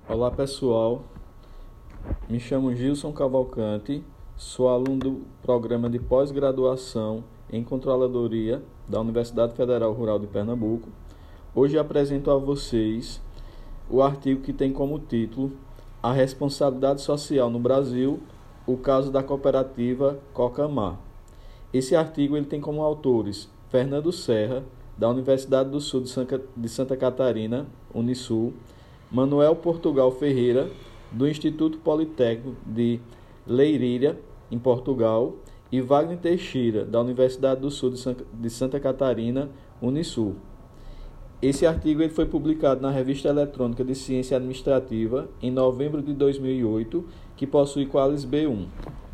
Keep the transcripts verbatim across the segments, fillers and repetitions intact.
Olá pessoal, me chamo Gilson Cavalcante, sou aluno do programa de pós-graduação em Controladoria da Universidade Federal Rural de Pernambuco. Hoje apresento a vocês o artigo que tem como título A Responsabilidade Social no Brasil, o caso da cooperativa Cocamar. Esse artigo ele tem como autores Fernando Serra, da Universidade do Sul de Santa Catarina, Unisul, Manuel Portugal Ferreira, do Instituto Politécnico de Leiria, em Portugal, e Wagner Teixeira, da Universidade do Sul de Santa Catarina, Unisul. Esse artigo ele foi publicado na Revista Eletrônica de Ciência Administrativa em novembro de dois mil e oito, que possui Qualis B um.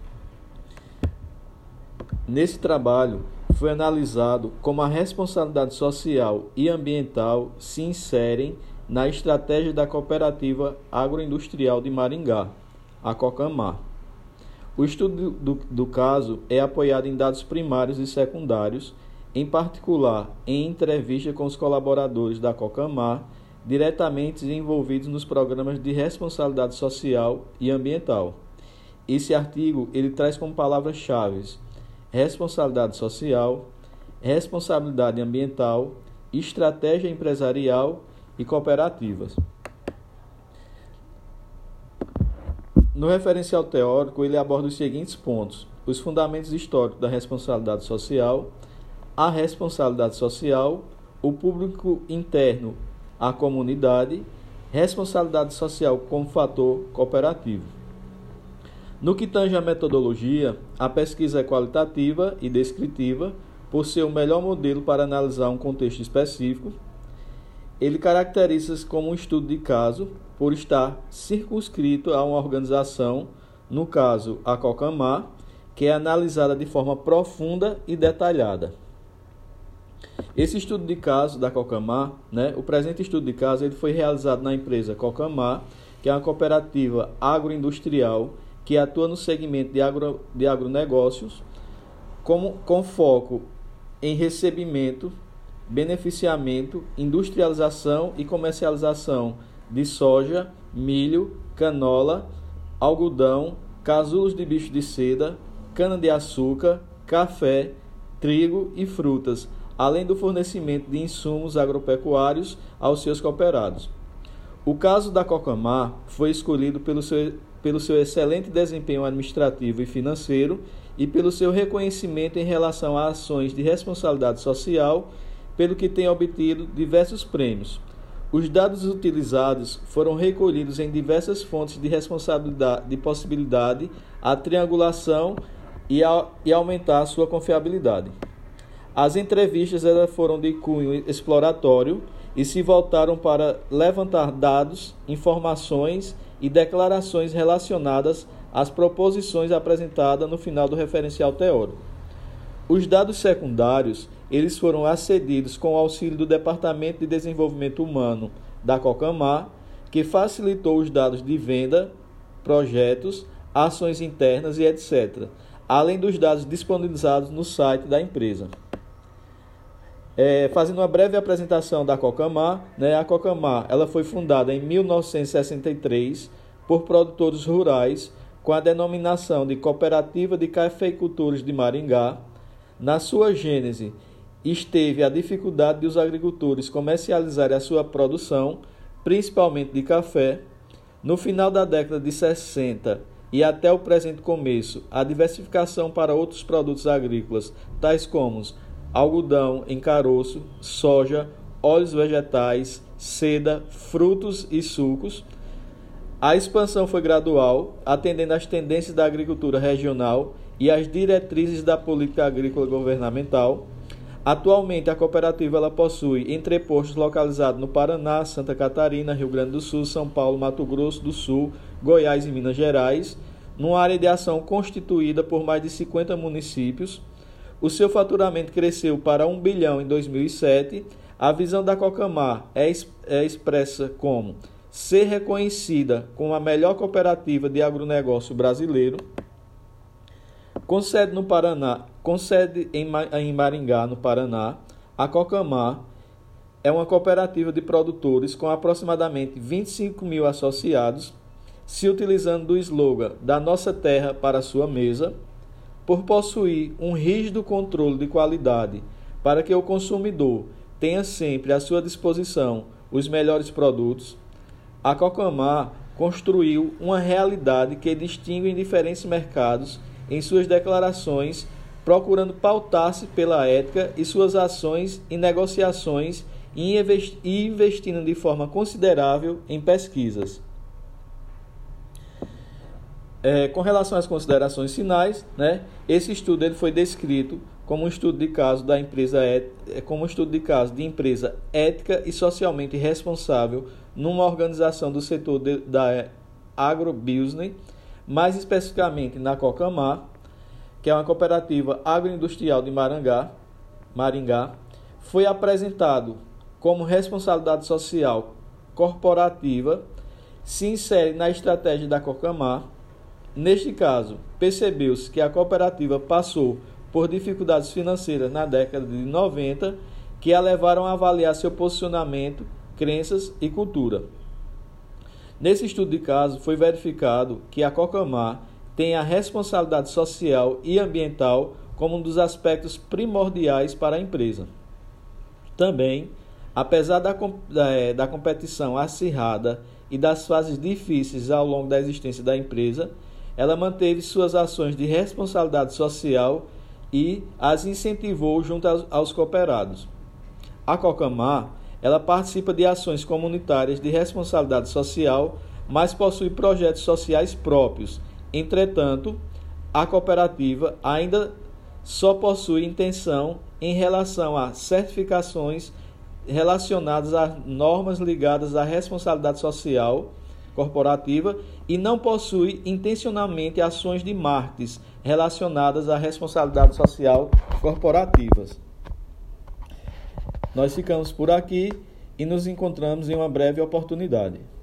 Nesse trabalho, foi analisado como a responsabilidade social e ambiental se inserem na estratégia da Cooperativa Agroindustrial de Maringá, a Cocamar. O estudo do, do caso é apoiado em dados primários e secundários, em particular em entrevista com os colaboradores da Cocamar, diretamente envolvidos nos programas de responsabilidade social e ambiental. Esse artigo ele traz como palavras-chave responsabilidade social, responsabilidade ambiental, estratégia empresarial e cooperativas. No referencial teórico, ele aborda os seguintes pontos: os fundamentos históricos da responsabilidade social, a responsabilidade social, o público interno, a comunidade, responsabilidade social como fator cooperativo. No que tange à metodologia, a pesquisa é qualitativa e descritiva, por ser o melhor modelo para analisar um contexto específico. Ele caracteriza-se como um estudo de caso, por estar circunscrito a uma organização, no caso a Cocamar, que é analisada de forma profunda e detalhada. Esse estudo de caso da Cocamar, né, o presente estudo de caso ele foi realizado na empresa Cocamar, que é uma cooperativa agroindustrial que atua no segmento de, agro, de agronegócios, como, com foco em recebimento, beneficiamento, industrialização e comercialização de soja, milho, canola, algodão, casulos de bicho de seda, cana-de-açúcar, café, trigo e frutas, além do fornecimento de insumos agropecuários aos seus cooperados. O caso da Cocamar foi escolhido pelo seu, pelo seu excelente desempenho administrativo e financeiro e pelo seu reconhecimento em relação a ações de responsabilidade social, pelo que tem obtido diversos prêmios. Os dados utilizados foram recolhidos em diversas fontes de responsabilidade, de possibilidade, a triangulação e, a, e aumentar a sua confiabilidade. As entrevistas elas foram de cunho exploratório e se voltaram para levantar dados, informações e declarações relacionadas às proposições apresentadas no final do referencial teórico. Os dados secundários eles foram acedidos com o auxílio do Departamento de Desenvolvimento Humano da Cocamar, que facilitou os dados de venda, projetos, ações internas e etcétera, além dos dados disponibilizados no site da empresa. É, fazendo uma breve apresentação da Cocamar, né, a Cocamar ela foi fundada em mil novecentos e sessenta e três por produtores rurais com a denominação de Cooperativa de Cafeicultores de Maringá. Na sua gênese, esteve a dificuldade de os agricultores comercializarem a sua produção, principalmente de café. No final da década de sessenta e até o presente começo, a diversificação para outros produtos agrícolas, tais como algodão em caroço, soja, óleos vegetais, seda, frutos e sucos. A expansão foi gradual, atendendo às tendências da agricultura regional e às diretrizes da política agrícola governamental. Atualmente, a cooperativa ela possui entrepostos localizados no Paraná, Santa Catarina, Rio Grande do Sul, São Paulo, Mato Grosso do Sul, Goiás e Minas Gerais, numa área de ação constituída por mais de cinquenta municípios. O seu faturamento cresceu para um bilhão em dois mil e sete. A visão da Cocamar é, é expressa como ser reconhecida como a melhor cooperativa de agronegócio brasileiro. Com sede no Paraná, com sede em Maringá, no Paraná, a Cocamar é uma cooperativa de produtores com aproximadamente vinte e cinco mil associados, se utilizando do slogan "Da nossa terra para a sua mesa", por possuir um rígido controle de qualidade para que o consumidor tenha sempre à sua disposição os melhores produtos. A Cocamar construiu uma realidade que distingue em diferentes mercados em suas declarações, procurando pautar-se pela ética e suas ações e negociações e investindo de forma considerável em pesquisas. É, com relação às considerações finais, né, esse estudo ele foi descrito como um estudo de caso da empresa como um estudo de caso de empresa ética e socialmente responsável numa organização do setor de, da agrobusiness, mais especificamente na Cocamar, que é uma cooperativa agroindustrial de Marangá, Maringá. Foi apresentado como responsabilidade social corporativa, se insere na estratégia da Cocamar. Neste caso, percebeu-se que a cooperativa passou por dificuldades financeiras na década de noventa, que a levaram a avaliar seu posicionamento, crenças e cultura. Nesse estudo de caso, foi verificado que a Cocamar tem a responsabilidade social e ambiental como um dos aspectos primordiais para a empresa. Também, apesar da, da, da competição acirrada e das fases difíceis ao longo da existência da empresa, ela manteve suas ações de responsabilidade social e as incentivou junto aos, aos cooperados. A Cocamar, ela participa de ações comunitárias de responsabilidade social, mas possui projetos sociais próprios. Entretanto, a cooperativa ainda só possui intenção em relação a certificações relacionadas a normas ligadas à responsabilidade social corporativa e não possui intencionalmente ações de marketing relacionadas à responsabilidade social corporativas. Nós ficamos por aqui e nos encontramos em uma breve oportunidade.